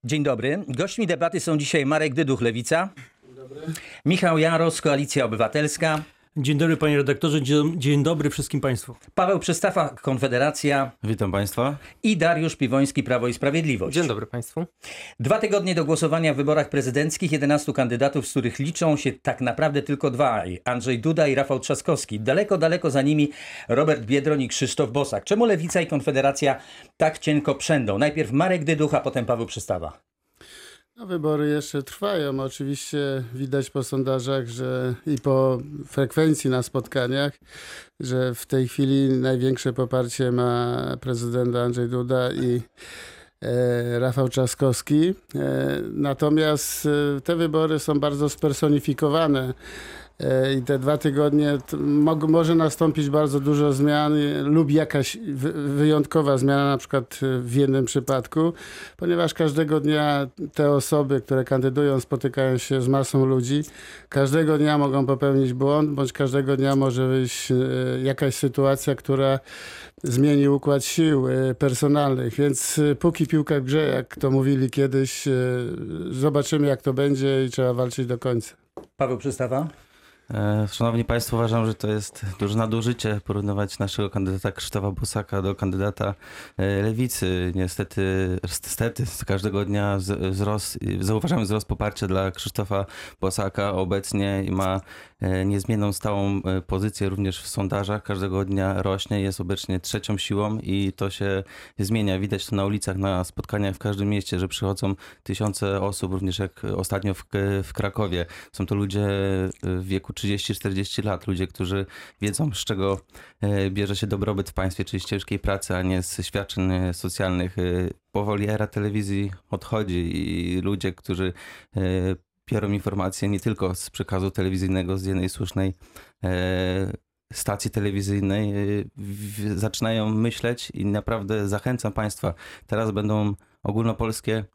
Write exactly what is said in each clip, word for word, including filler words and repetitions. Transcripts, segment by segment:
Dzień dobry. Gośćmi debaty są dzisiaj Marek Dyduch, Lewica. Dzień dobry. Michał Jaros, Koalicja Obywatelska. Dzień dobry panie redaktorze, dzień, dzień dobry wszystkim państwu. Paweł Przystawa, Konfederacja. Witam państwa. I Dariusz Piwoński, Prawo i Sprawiedliwość. Dzień dobry państwu. Dwa tygodnie do głosowania w wyborach prezydenckich, jedenastu kandydatów, z których liczą się tak naprawdę tylko dwaj. Andrzej Duda i Rafał Trzaskowski. Daleko, daleko za nimi Robert Biedroń i Krzysztof Bosak. Czemu Lewica i Konfederacja tak cienko przędą? Najpierw Marek Dyduch, a potem Paweł Przystawa. No, wybory jeszcze trwają. Oczywiście widać po sondażach, że i po frekwencji na spotkaniach, że w tej chwili największe poparcie ma prezydent Andrzej Duda i e, Rafał Trzaskowski. E, natomiast e, te wybory są bardzo spersonifikowane. I te dwa tygodnie mo- może nastąpić bardzo dużo zmian lub jakaś wy- wyjątkowa zmiana, na przykład w jednym przypadku, ponieważ każdego dnia te osoby, które kandydują, spotykają się z masą ludzi. Każdego dnia mogą popełnić błąd, bądź każdego dnia może wyjść e, jakaś sytuacja, która zmieni układ sił e, personalnych. Więc e, póki piłka w grze, jak to mówili kiedyś, e, zobaczymy jak to będzie i trzeba walczyć do końca. Paweł Przystawa. Szanowni Państwo, uważam, że to jest duże nadużycie porównywać naszego kandydata Krzysztofa Bosaka do kandydata Lewicy. Niestety, niestety z każdego dnia wzrost, zauważamy wzrost poparcia dla Krzysztofa Bosaka. Obecnie ma niezmienną stałą pozycję również w sondażach. Każdego dnia rośnie, jest obecnie trzecią siłą i to się zmienia. Widać to na ulicach, na spotkaniach w każdym mieście, że przychodzą tysiące osób, również jak ostatnio w, w Krakowie. Są to ludzie w wieku trzydzieści czterdzieści lat, ludzie, którzy wiedzą, z czego bierze się dobrobyt w państwie, czyli z ciężkiej pracy, a nie z świadczeń socjalnych. Powoli era telewizji odchodzi i ludzie, którzy biorą informacje nie tylko z przekazu telewizyjnego, z jednej słusznej stacji telewizyjnej, zaczynają myśleć i naprawdę zachęcam państwa, teraz będą ogólnopolskie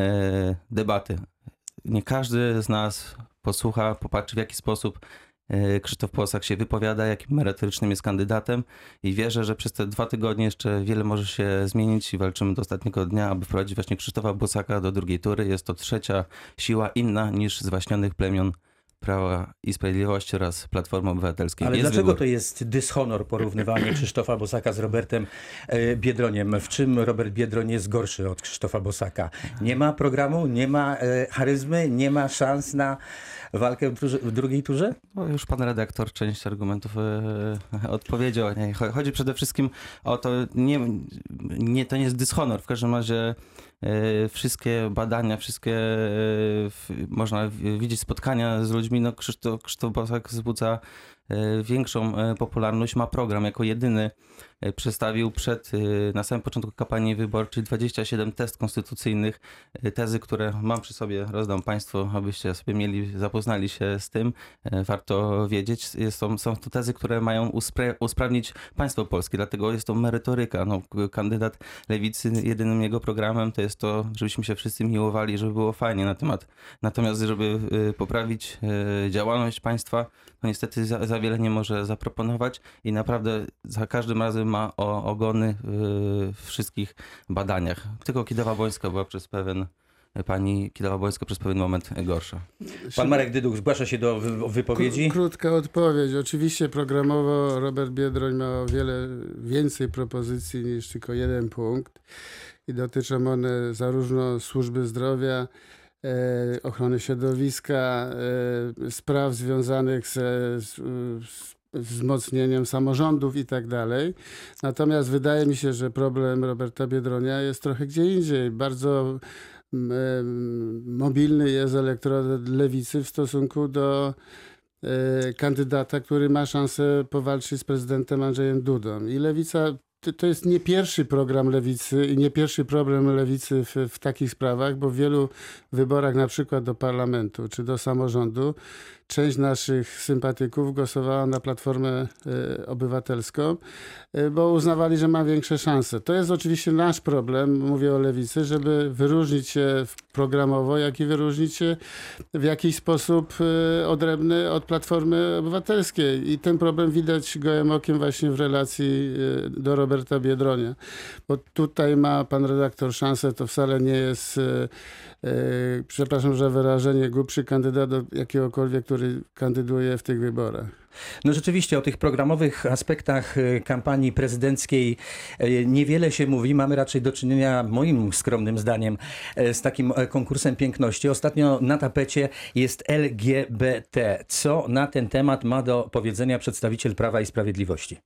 debaty. Nie każdy z nas posłucha, popatrzy w jaki sposób Krzysztof Bosak się wypowiada, jakim merytorycznym jest kandydatem i wierzę, że przez te dwa tygodnie jeszcze wiele może się zmienić i walczymy do ostatniego dnia, aby wprowadzić właśnie Krzysztofa Bosaka do drugiej tury. Jest to trzecia siła inna niż zwaśnionych plemion Prawa i Sprawiedliwości oraz Platformy Obywatelskiej. Ale jest dlaczego wybór. to jest dyshonor porównywanie Krzysztofa Bosaka z Robertem e, Biedroniem? W czym Robert Biedroń jest gorszy od Krzysztofa Bosaka? Nie ma programu, nie ma e, charyzmy, nie ma szans na walkę w, turze, w drugiej turze? No, już pan redaktor część argumentów e, odpowiedział. Nie, chodzi przede wszystkim o to, nie, nie, to nie jest dyshonor. W każdym razie e, wszystkie badania, wszystkie e, w, można widzieć spotkania z ludźmi. No, Krzysztof, Krzysztof Bosak wzbudza e, większą e, popularność. Ma program jako jedyny e, przedstawił przed, e, na samym początku kampanii wyborczej dwadzieścia siedem test konstytucyjnych. E, tezy, które mam przy sobie, rozdam państwu, abyście sobie mieli, zapoznali się z tym. E, warto wiedzieć. Jest to, są to tezy, które mają uspra- usprawnić państwo polskie, dlatego jest to merytoryka. No, kandydat Lewicy, jedynym jego programem to jest to, żebyśmy się wszyscy miłowali, żeby było fajnie na temat. Natomiast, żeby e, poprawić e, działalność państwa, no niestety za, za wiele nie może zaproponować i naprawdę za każdym razem ma o, ogony w wszystkich badaniach. Tylko Kidawa-Błońska była przez pewien, pani Kidawa-Błońska przez pewien moment gorsza. Pan Marek Dyduch zgłasza się do wy- wypowiedzi. Krótka odpowiedź. Oczywiście programowo Robert Biedroń ma o wiele więcej propozycji niż tylko jeden punkt i dotyczą one zarówno służby zdrowia, e, ochrony środowiska, e, spraw związanych ze, z, z wzmocnieniem samorządów i tak dalej. Natomiast wydaje mi się, że problem Roberta Biedronia jest trochę gdzie indziej. Bardzo mobilny jest elektorat Lewicy w stosunku do e, kandydata, który ma szansę powalczyć z prezydentem Andrzejem Dudą. I Lewica, to, to jest nie pierwszy program Lewicy i nie pierwszy problem Lewicy w, w takich sprawach, bo w wielu wyborach, na przykład do parlamentu czy do samorządu, część naszych sympatyków głosowała na Platformę y, Obywatelską, y, bo uznawali, że ma większe szanse. To jest oczywiście nasz problem, mówię o lewicy, żeby wyróżnić się programowo, jak i wyróżnić się w jakiś sposób y, odrębny od Platformy Obywatelskiej. I ten problem widać gołym okiem właśnie w relacji y, do Roberta Biedronia. Bo tutaj ma pan redaktor szansę, to wcale nie jest, y, y, przepraszam za wyrażenie, głupszy kandydat do jakiegokolwiek, który kandyduje w tych wyborach. No rzeczywiście o tych programowych aspektach y, kampanii prezydenckiej y, niewiele się mówi. Mamy raczej do czynienia, moim skromnym zdaniem, y, z takim y, konkursem piękności. Ostatnio na tapecie jest L G B T. Co na ten temat ma do powiedzenia przedstawiciel Prawa i Sprawiedliwości?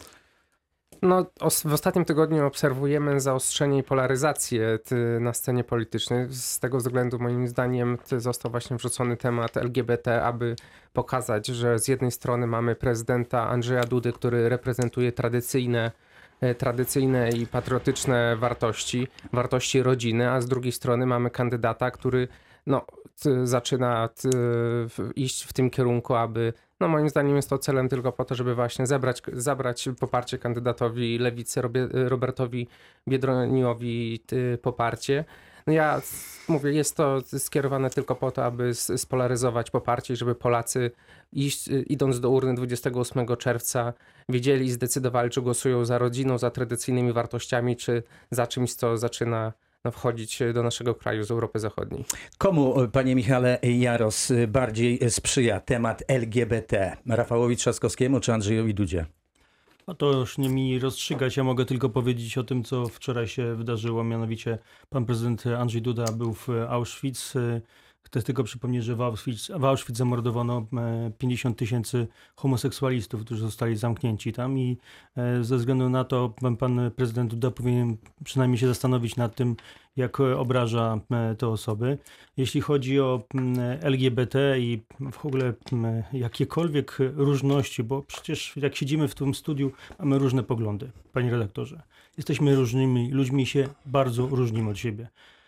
No, os- w ostatnim tygodniu obserwujemy zaostrzenie i polaryzację ty, na scenie politycznej. Z tego względu moim zdaniem ty, został właśnie wrzucony temat L G B T, aby pokazać, że z jednej strony mamy prezydenta Andrzeja Dudy, który reprezentuje tradycyjne, e, tradycyjne i patriotyczne wartości, wartości rodziny, a z drugiej strony mamy kandydata, który no, ty, zaczyna ty, w, iść w tym kierunku, aby no moim zdaniem jest to celem tylko po to, żeby właśnie zebrać, zabrać poparcie kandydatowi lewicy, Robertowi Biedroniowi poparcie. No ja mówię, jest to skierowane tylko po to, aby spolaryzować poparcie i żeby Polacy iść, idąc do urny dwudziestego ósmego czerwca wiedzieli i zdecydowali, czy głosują za rodziną, za tradycyjnymi wartościami, czy za czymś, co zaczyna no, wchodzić do naszego kraju z Europy Zachodniej. Komu, panie Michale Jaros, bardziej sprzyja temat L G B T? Rafałowi Trzaskowskiemu czy Andrzejowi Dudzie? No to już nie mi rozstrzygać, ja mogę tylko powiedzieć o tym, co wczoraj się wydarzyło, mianowicie pan prezydent Andrzej Duda był w Auschwitz. Chcę tylko przypomnieć, że w Auschwitz, w Auschwitz zamordowano pięćdziesiąt tysięcy homoseksualistów, którzy zostali zamknięci tam i ze względu na to pan prezydent Duda powinien przynajmniej się zastanowić nad tym, jak obraża te osoby. Jeśli chodzi o L G B T i w ogóle jakiekolwiek różności, bo przecież jak siedzimy w tym studiu, mamy różne poglądy, panie redaktorze. Jesteśmy różnymi ludźmi, się bardzo różnimy od siebie.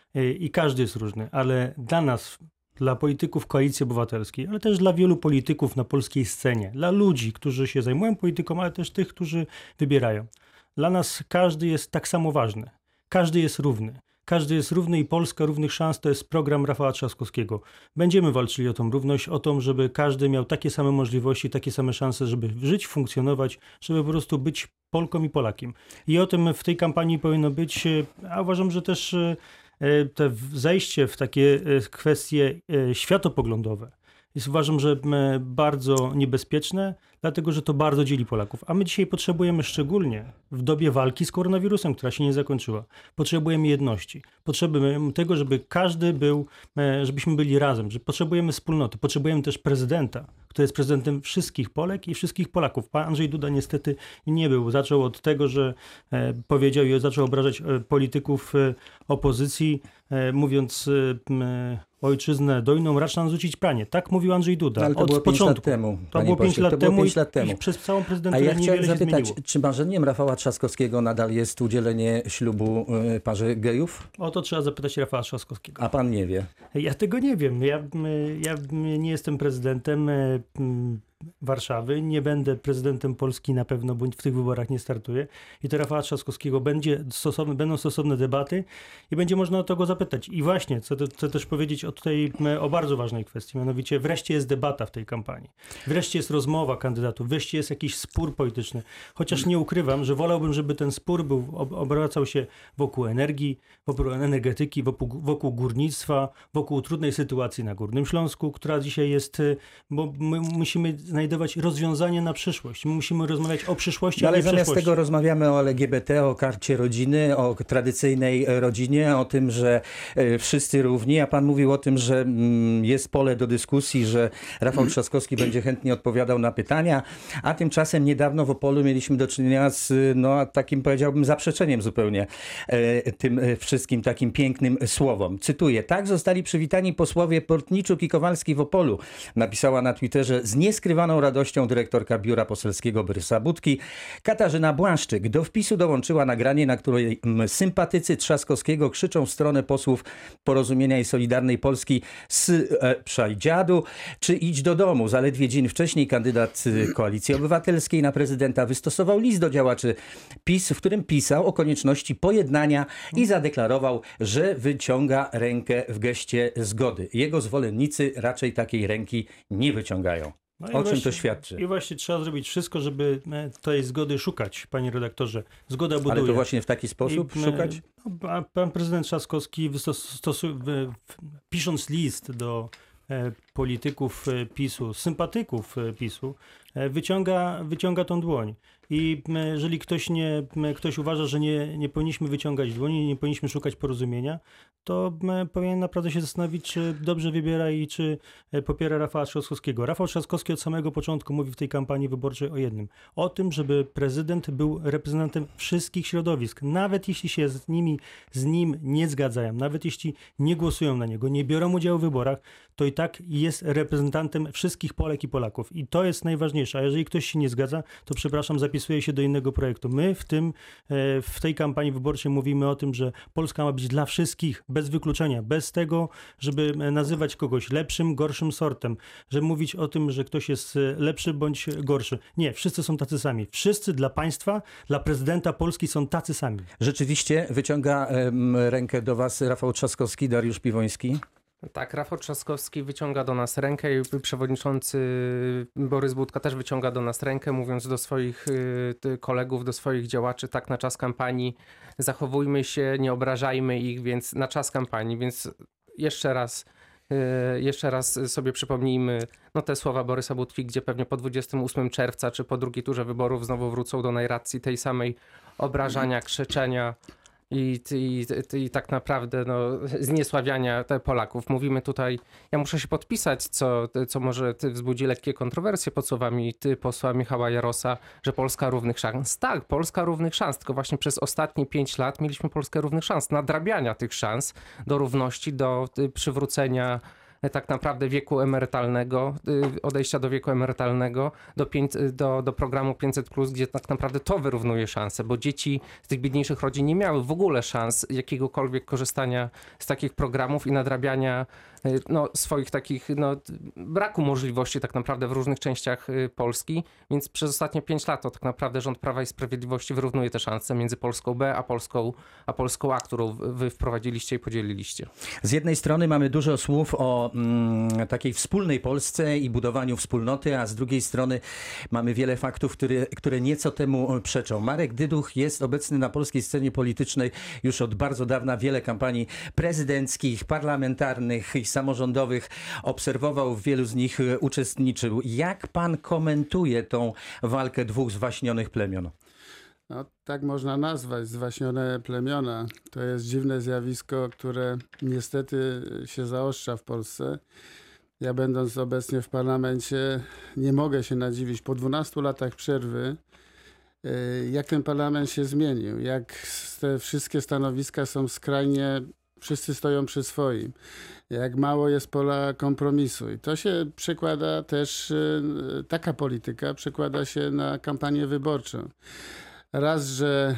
I każdy jest różny, ale dla nas, dla polityków Koalicji Obywatelskiej, ale też dla wielu polityków na polskiej scenie, dla ludzi, którzy się zajmują polityką, ale też tych, którzy wybierają. Dla nas każdy jest tak samo ważny. Każdy jest równy. Każdy jest równy i Polska równych szans to jest program Rafała Trzaskowskiego. Będziemy walczyli o tą równość, o to, żeby każdy miał takie same możliwości, takie same szanse, żeby żyć, funkcjonować, żeby po prostu być Polką i Polakiem. I o tym w tej kampanii powinno być, a uważam, że też to zejście w takie kwestie światopoglądowe jest, uważam, że bardzo niebezpieczne, dlatego że to bardzo dzieli Polaków. A my dzisiaj potrzebujemy szczególnie w dobie walki z koronawirusem, która się nie zakończyła. Potrzebujemy jedności. Potrzebujemy tego, żeby każdy był, żebyśmy byli razem. Że potrzebujemy wspólnoty. Potrzebujemy też prezydenta, który jest prezydentem wszystkich Polek i wszystkich Polaków. Pan Andrzej Duda niestety nie był. Zaczął od tego, że powiedział i zaczął obrażać polityków opozycji, mówiąc ojczyznę dojną, racz nam zrzucić pranie. Tak mówił Andrzej Duda. No, ale to od było pięć początku. lat temu. To było pięć lat temu, lat temu. I przez całą A prezydenturę ja chciałem niewiele się zapytać, zmieniło. czy marzeniem Rafała Trzaskowskiego nadal jest udzielenie ślubu y, parze gejów? O to trzeba zapytać Rafała Trzaskowskiego. A pan nie wie. Ja tego nie wiem. Ja, ja nie jestem prezydentem Warszawy, nie będę prezydentem Polski na pewno, bo w tych wyborach nie startuję. I to Rafała Trzaskowskiego będzie stosowne, będą stosowne debaty i będzie można o to go zapytać. I właśnie, chcę, chcę też powiedzieć o tutaj o bardzo ważnej kwestii, mianowicie wreszcie jest debata w tej kampanii. Wreszcie jest rozmowa kandydatów, wreszcie jest jakiś spór polityczny. Chociaż nie ukrywam, że wolałbym, żeby ten spór był, obracał się wokół energii, wokół energetyki, wokół, wokół górnictwa, wokół trudnej sytuacji na Górnym Śląsku, która dzisiaj jest, bo my musimy znajdować rozwiązanie na przyszłość. My musimy rozmawiać o przyszłości, No, ale a nie zamiast przeszłości. tego rozmawiamy o L G B T, o karcie rodziny, o tradycyjnej rodzinie, o tym, że e, wszyscy równi, a pan mówił o tym, że mm, jest pole do dyskusji, że Rafał Trzaskowski będzie chętnie odpowiadał na pytania, a tymczasem niedawno w Opolu mieliśmy do czynienia z no, takim, powiedziałbym, zaprzeczeniem zupełnie e, tym e, wszystkim takim pięknym słowom. Cytuję: tak zostali przywitani posłowie Portniczuk i Kowalski w Opolu. Napisała na Twitterze z nieskrywaną nieskrywaną radością dyrektorka biura poselskiego Borysa Budki, Katarzyna Błaszczyk. Do wpisu dołączyła nagranie, na której sympatycy Trzaskowskiego krzyczą w stronę posłów Porozumienia i Solidarnej Polski z e, przajdziadu, czy idź do domu. Zaledwie dzień wcześniej kandydat Koalicji Obywatelskiej na prezydenta wystosował list do działaczy PiS, w którym pisał o konieczności pojednania i zadeklarował, że wyciąga rękę w geście zgody. Jego zwolennicy raczej takiej ręki nie wyciągają. No o i czym właśnie, to świadczy? I właśnie trzeba zrobić wszystko, żeby e, tej zgody szukać, panie redaktorze. Zgoda buduje. Ale to właśnie w taki sposób I, e, szukać? no, a pan prezydent Trzaskowski wystos- stosu- w, w, pisząc list do e, polityków e, PiSu, sympatyków e, PiSu, e, wyciąga, wyciąga tą dłoń. I m, jeżeli ktoś, nie, m, ktoś uważa, że nie, nie powinniśmy wyciągać dłoni, nie powinniśmy szukać porozumienia, to m, powinien naprawdę się zastanowić, czy dobrze wybiera i czy e, popiera Rafała Trzaskowskiego. Rafał Trzaskowski od samego początku mówi w tej kampanii wyborczej o jednym. O tym, żeby prezydent był reprezentantem wszystkich środowisk. Nawet jeśli się z nimi, z nim nie zgadzają, nawet jeśli nie głosują na niego, nie biorą udziału w wyborach, to i tak jest reprezentantem wszystkich Polek i Polaków. I to jest najważniejsze. A jeżeli ktoś się nie zgadza, to przepraszam, zapisuje się do innego projektu. My w tym, w tej kampanii wyborczej mówimy o tym, że Polska ma być dla wszystkich, bez wykluczenia, bez tego, żeby nazywać kogoś lepszym, gorszym sortem, żeby mówić o tym, że ktoś jest lepszy bądź gorszy. Nie, wszyscy są tacy sami. Wszyscy dla państwa, dla prezydenta Polski są tacy sami. Rzeczywiście wyciąga em, rękę do was Rafał Trzaskowski, Dariusz Piwoński? Tak, Rafał Trzaskowski wyciąga do nas rękę i przewodniczący Borys Budka też wyciąga do nas rękę, mówiąc do swoich y, kolegów, do swoich działaczy, tak na czas kampanii zachowujmy się, nie obrażajmy ich, więc na czas kampanii, więc jeszcze raz y, jeszcze raz sobie przypomnijmy no, te słowa Borysa Budki, gdzie pewnie po dwudziestego ósmego czerwca czy po drugiej turze wyborów znowu wrócą do narracji tej samej obrażania, krzyczenia. I, i, i tak naprawdę no, zniesławiania te Polaków. Mówimy tutaj, ja muszę się podpisać, co, co może wzbudzi lekkie kontrowersje pod słowami ty, posła Michała Jarosa, że Polska równych szans. Tak, Polska równych szans, tylko właśnie przez ostatnie pięć lat mieliśmy Polskę równych szans, nadrabiania tych szans do równości, do przywrócenia tak naprawdę wieku emerytalnego, odejścia do wieku emerytalnego, do, pięć, do, do programu pięćset plus, gdzie tak naprawdę to wyrównuje szanse, bo dzieci z tych biedniejszych rodzin nie miały w ogóle szans jakiegokolwiek korzystania z takich programów i nadrabiania no, swoich takich, no, braku możliwości tak naprawdę w różnych częściach Polski, więc przez ostatnie pięć lat to tak naprawdę rząd Prawa i Sprawiedliwości wyrównuje te szanse między Polską B a Polską, a Polską A, którą wy wprowadziliście i podzieliliście. Z jednej strony mamy dużo słów o mm, takiej wspólnej Polsce i budowaniu wspólnoty, a z drugiej strony mamy wiele faktów, które, które nieco temu przeczą. Marek Dyduch jest obecny na polskiej scenie politycznej już od bardzo dawna. Wiele kampanii prezydenckich, parlamentarnych i samorządowych obserwował, w wielu z nich uczestniczył. Jak pan komentuje tą walkę dwóch zwaśnionych plemion? No, tak można nazwać, zwaśnione plemiona. To jest dziwne zjawisko, które niestety się zaostrza w Polsce. Ja będąc obecnie w parlamencie nie mogę się nadziwić po dwunastu latach przerwy, jak ten parlament się zmienił, jak te wszystkie stanowiska są skrajnie, wszyscy stoją przy swoim, jak mało jest pola kompromisu. I to się przekłada też, taka polityka przekłada się na kampanię wyborczą. Raz, że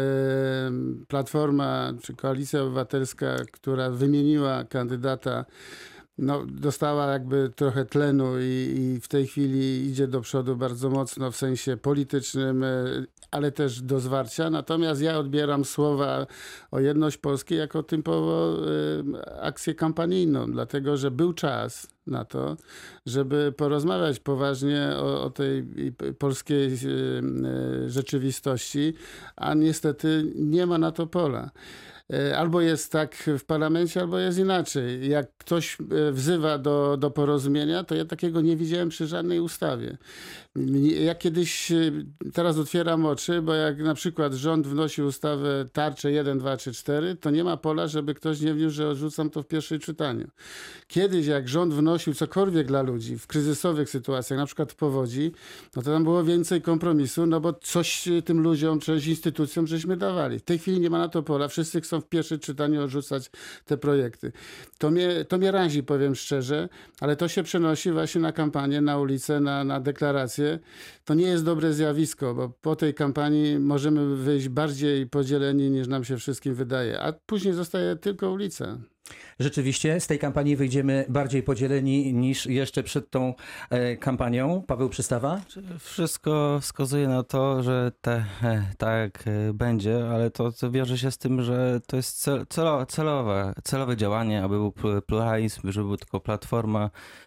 Platforma czy Koalicja Obywatelska, która wymieniła kandydata, no, dostała jakby trochę tlenu i, i w tej chwili idzie do przodu bardzo mocno w sensie politycznym, ale też do zwarcia. Natomiast ja odbieram słowa o jedność Polski jako typowo akcję kampanijną, dlatego że był czas na to, żeby porozmawiać poważnie o, o tej polskiej rzeczywistości, a niestety nie ma na to pola. Albo jest tak w parlamencie, albo jest inaczej. Jak ktoś wzywa do, do porozumienia, to ja takiego nie widziałem przy żadnej ustawie. Ja kiedyś, teraz otwieram oczy, bo jak na przykład rząd wnosi ustawę tarczę jeden, dwa, trzy, cztery, to nie ma pola, żeby ktoś nie wniósł, że odrzucam to w pierwszym czytaniu. Kiedyś jak rząd wnosił cokolwiek dla ludzi w kryzysowych sytuacjach, na przykład w powodzi, no to tam było więcej kompromisu, no bo coś tym ludziom, coś instytucjom żeśmy dawali. W tej chwili nie ma na to pola, wszyscy chcą w pierwszym czytaniu odrzucać te projekty. To mnie, to mnie razi, powiem szczerze, ale to się przenosi właśnie na kampanię, na ulicę, na, na deklaracje. To nie jest dobre zjawisko, bo po tej kampanii możemy wyjść bardziej podzieleni, niż nam się wszystkim wydaje, a później zostaje tylko ulica. Rzeczywiście z tej kampanii wyjdziemy bardziej podzieleni niż jeszcze przed tą e, kampanią. Paweł Przystawa? Wszystko wskazuje na to, że te, e, tak e, będzie, ale to, to wiąże się z tym, że to jest cel, celo, celowe, celowe działanie, aby był pluralizm, żeby była tylko Platforma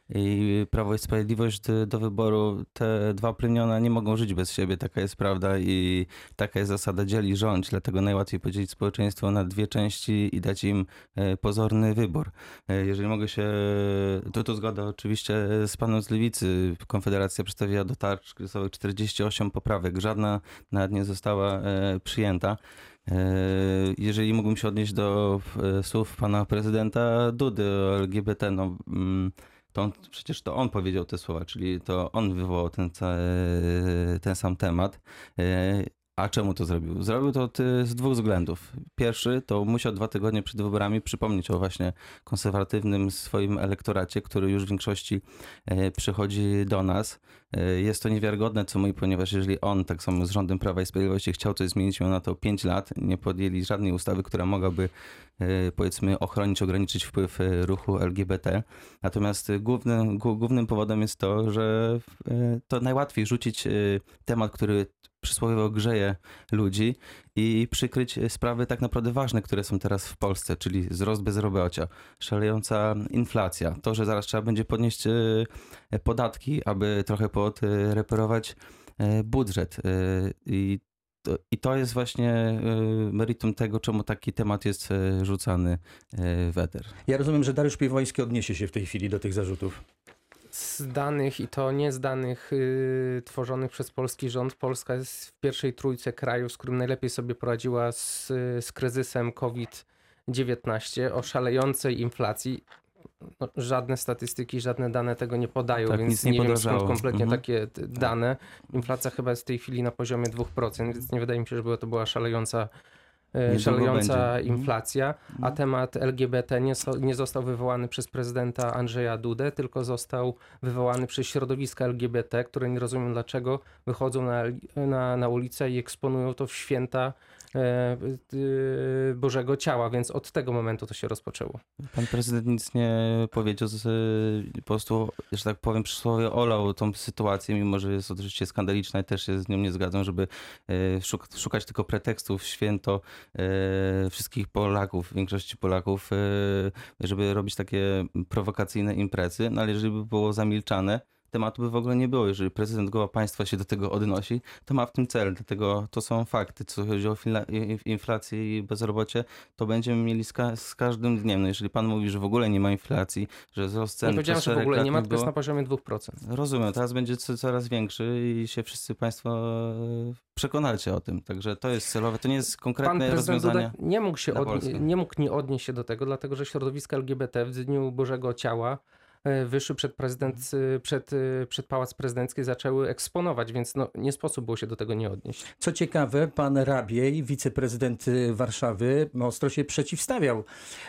i Prawo i Sprawiedliwość do, do wyboru. Te dwa plemiona nie mogą żyć bez siebie, taka jest prawda i taka jest zasada dzieli rządź, dlatego najłatwiej podzielić społeczeństwo na dwie części i dać im e, pozorny wybór. Jeżeli mogę się, to to zgoda oczywiście z panem z Lewicy. Konfederacja przedstawiła do tarcz kryzysowych czterdzieści osiem poprawek. Żadna nawet nie została e, przyjęta. E, jeżeli mógłbym się odnieść do e, słów pana prezydenta Dudy o L G B T, no mm, to on, przecież to on powiedział te słowa, czyli to on wywołał ten, ten sam temat. E, A czemu to zrobił? Zrobił to z dwóch względów. Pierwszy to musiał dwa tygodnie przed wyborami przypomnieć o właśnie konserwatywnym swoim elektoracie, który już w większości przychodzi do nas. Jest to niewiarygodne, co mówi, ponieważ jeżeli on tak samo z rządem Prawa i Sprawiedliwości chciał coś zmienić, miał na to pięć lat, nie podjęli żadnej ustawy, która mogłaby powiedzmy ochronić, ograniczyć wpływ ruchu L G B T. Natomiast głównym, głównym powodem jest to, że to najłatwiej rzucić temat, który przysłowiowo grzeje ludzi i przykryć sprawy tak naprawdę ważne, które są teraz w Polsce, czyli wzrost bezrobocia, szalejąca inflacja, to, że zaraz trzeba będzie podnieść podatki, aby trochę podreperować budżet. I to, I to jest właśnie meritum tego, czemu taki temat jest rzucany w eter. Ja rozumiem, że Dariusz Piwoński odniesie się w tej chwili do tych zarzutów. Z danych i to nie z danych y, tworzonych przez polski rząd, Polska jest w pierwszej trójce krajów, z którym najlepiej sobie poradziła z, z kryzysem kowid dziewiętnaście, o szalejącej inflacji. No, żadne statystyki, żadne dane tego nie podają, tak, więc nie, nie, nie wiem podrażało. skąd kompletnie mhm. takie dane. Inflacja chyba jest w tej chwili na poziomie dwa procent, więc nie wydaje mi się, żeby to była szalejąca szalejąca inflacja, a temat L G B T nie, so, nie został wywołany przez prezydenta Andrzeja Dudę, tylko został wywołany przez środowiska L G B T, które nie rozumiem dlaczego wychodzą na, na, na ulicę i eksponują to w święta e, e, Bożego Ciała, więc od tego momentu to się rozpoczęło. Pan prezydent nic nie powiedział, z, po prostu, że tak powiem, przysłowie olał tą sytuację, mimo że jest oczywiście skandaliczna i też się z nią nie zgadzam, żeby e, szuk, szukać tylko pretekstów w święto wszystkich Polaków, większości Polaków, żeby robić takie prowokacyjne imprezy, no ale jeżeli by było zamilczane, tematu by w ogóle nie było. Jeżeli prezydent głowa państwa się do tego odnosi, to ma w tym cel, dlatego to są fakty. Co chodzi o inflację i bezrobocie, to będziemy mieli z, ka z każdym dniem. No jeżeli pan mówi, że w ogóle nie ma inflacji, że wzrost cen... Nie powiedziałem, że w ogóle nie ma, tylko jest na poziomie dwa procent. Rozumiem, teraz będzie coraz większy i się wszyscy państwo przekonacie o tym. Także to jest celowe, to nie jest konkretne rozwiązanie. Nie mógł, się odnie- nie mógł nie odnieść się do tego, dlatego że środowiska L G B T w Dniu Bożego Ciała wyszły przed prezydent, przed, przed Pałac Prezydencki, zaczęły eksponować, więc no, nie sposób było się do tego nie odnieść. Co ciekawe, pan Rabiej, wiceprezydent Warszawy, ostro się przeciwstawiał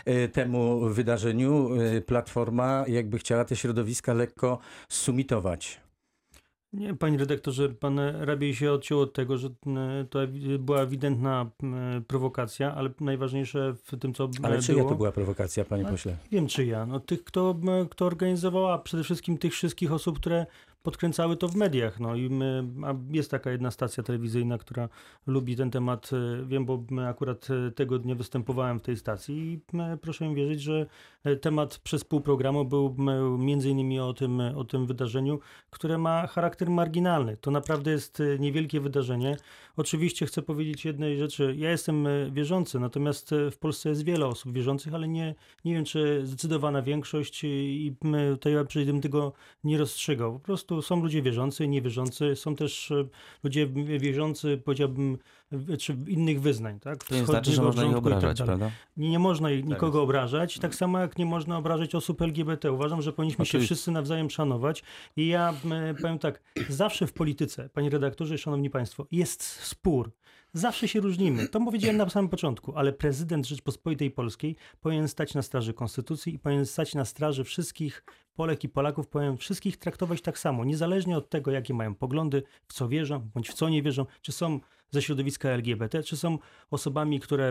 temu wydarzeniu. Platforma jakby chciała te środowiska lekko sumitować. Nie, panie redaktorze, pan Rabiej się odciął od tego, że to była ewidentna prowokacja, ale najważniejsze w tym, co Ale było... czyja to była prowokacja, panie pośle? Nie wiem czyja. No, tych, kto, kto organizował, a przede wszystkim tych wszystkich osób, które podkręcały to w mediach. No i my, a jest taka jedna stacja telewizyjna, która lubi ten temat. Wiem, bo akurat tego dnia występowałem w tej stacji i proszę mi wierzyć, że temat przez pół programu był między innymi o tym, o tym wydarzeniu, które ma charakter marginalny. To naprawdę jest niewielkie wydarzenie. Oczywiście chcę powiedzieć jednej rzeczy. Ja jestem wierzący, natomiast w Polsce jest wiele osób wierzących, ale nie, nie wiem, czy zdecydowana większość i tutaj ja bym tego nie rozstrzygał. Po prostu są ludzie wierzący, niewierzący, są też ludzie wierzący, powiedziałbym, czy innych wyznań. Tak? To nie znaczy, że można ich obrażać, tak prawda? Nie, nie można nikogo tak obrażać, tak samo jak nie można obrażać osób L G B T. Uważam, że powinniśmy Oczywiście. się wszyscy nawzajem szanować i ja powiem tak, zawsze w polityce, panie redaktorze, szanowni państwo, jest spór. Zawsze się różnimy. To powiedziałem na samym początku, ale prezydent Rzeczpospolitej Polskiej powinien stać na straży konstytucji i powinien stać na straży wszystkich Polek i Polaków, powinien wszystkich traktować tak samo, niezależnie od tego, jakie mają poglądy, w co wierzą, bądź w co nie wierzą, czy są ze środowiska L G B T, czy są osobami, które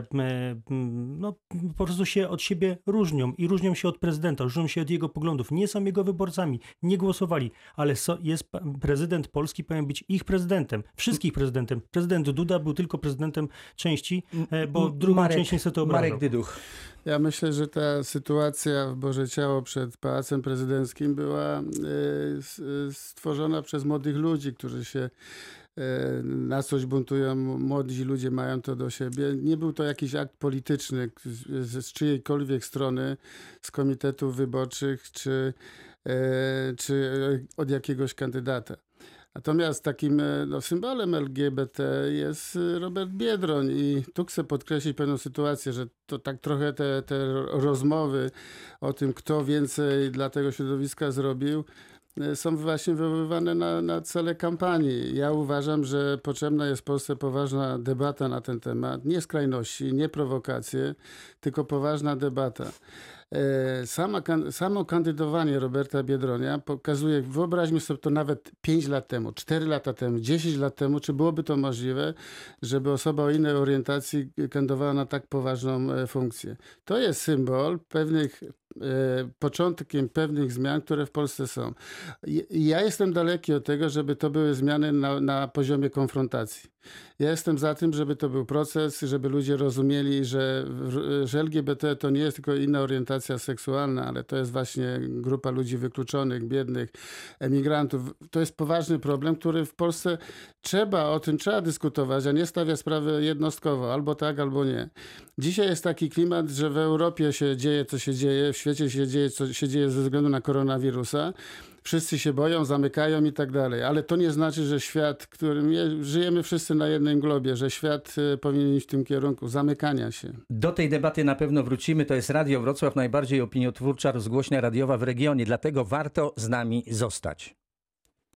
no, po prostu się od siebie różnią i różnią się od prezydenta, różnią się od jego poglądów. Nie są jego wyborcami, nie głosowali, ale so, jest prezydent Polski, powinien być ich prezydentem, wszystkich prezydentem. Prezydent Duda był tylko prezydentem części, bo drugą Marek, część niestety obrażał. Marek Dyduch. Ja myślę, że ta sytuacja w Boże Ciało przed Pałacem Prezydenckim była y, stworzona przez młodych ludzi, którzy się y, na coś buntują. Młodzi ludzie mają to do siebie. Nie był to jakiś akt polityczny z, z czyjejkolwiek strony, z komitetów wyborczych, czy, y, czy od jakiegoś kandydata. Natomiast takim no, symbolem L G B T jest Robert Biedroń i tu chcę podkreślić pewną sytuację, że to tak trochę te, te rozmowy o tym, kto więcej dla tego środowiska zrobił, są właśnie wywoływane na, na cele kampanii. Ja uważam, że potrzebna jest w Polsce poważna debata na ten temat. Nie skrajności, nie prowokacje, tylko poważna debata. Sama, samo kandydowanie Roberta Biedronia pokazuje, wyobraźmy sobie to nawet pięć lat temu, cztery lata temu, dziesięć lat temu, czy byłoby to możliwe, żeby osoba o innej orientacji kandydowała na tak poważną funkcję. To jest symbol pewnych początkiem pewnych zmian, które w Polsce są. Ja jestem daleki od tego, żeby to były zmiany na, na poziomie konfrontacji. Ja jestem za tym, żeby to był proces, żeby ludzie rozumieli, że, że L G B T to nie jest tylko inna orientacja seksualna, ale to jest właśnie grupa ludzi wykluczonych, biednych, emigrantów. To jest poważny problem, który w Polsce trzeba, o tym trzeba dyskutować, a nie stawia sprawy jednostkowo, albo tak, albo nie. Dzisiaj jest taki klimat, że w Europie się dzieje, co się dzieje, w świecie się dzieje, co się dzieje ze względu na koronawirusa. Wszyscy się boją, zamykają i tak dalej. Ale to nie znaczy, że świat, w którym je, żyjemy wszyscy na jednym globie, że świat y, powinien iść w tym kierunku zamykania się. Do tej debaty na pewno wrócimy. To jest Radio Wrocław, najbardziej opiniotwórcza rozgłośnia radiowa w regionie. Dlatego warto z nami zostać.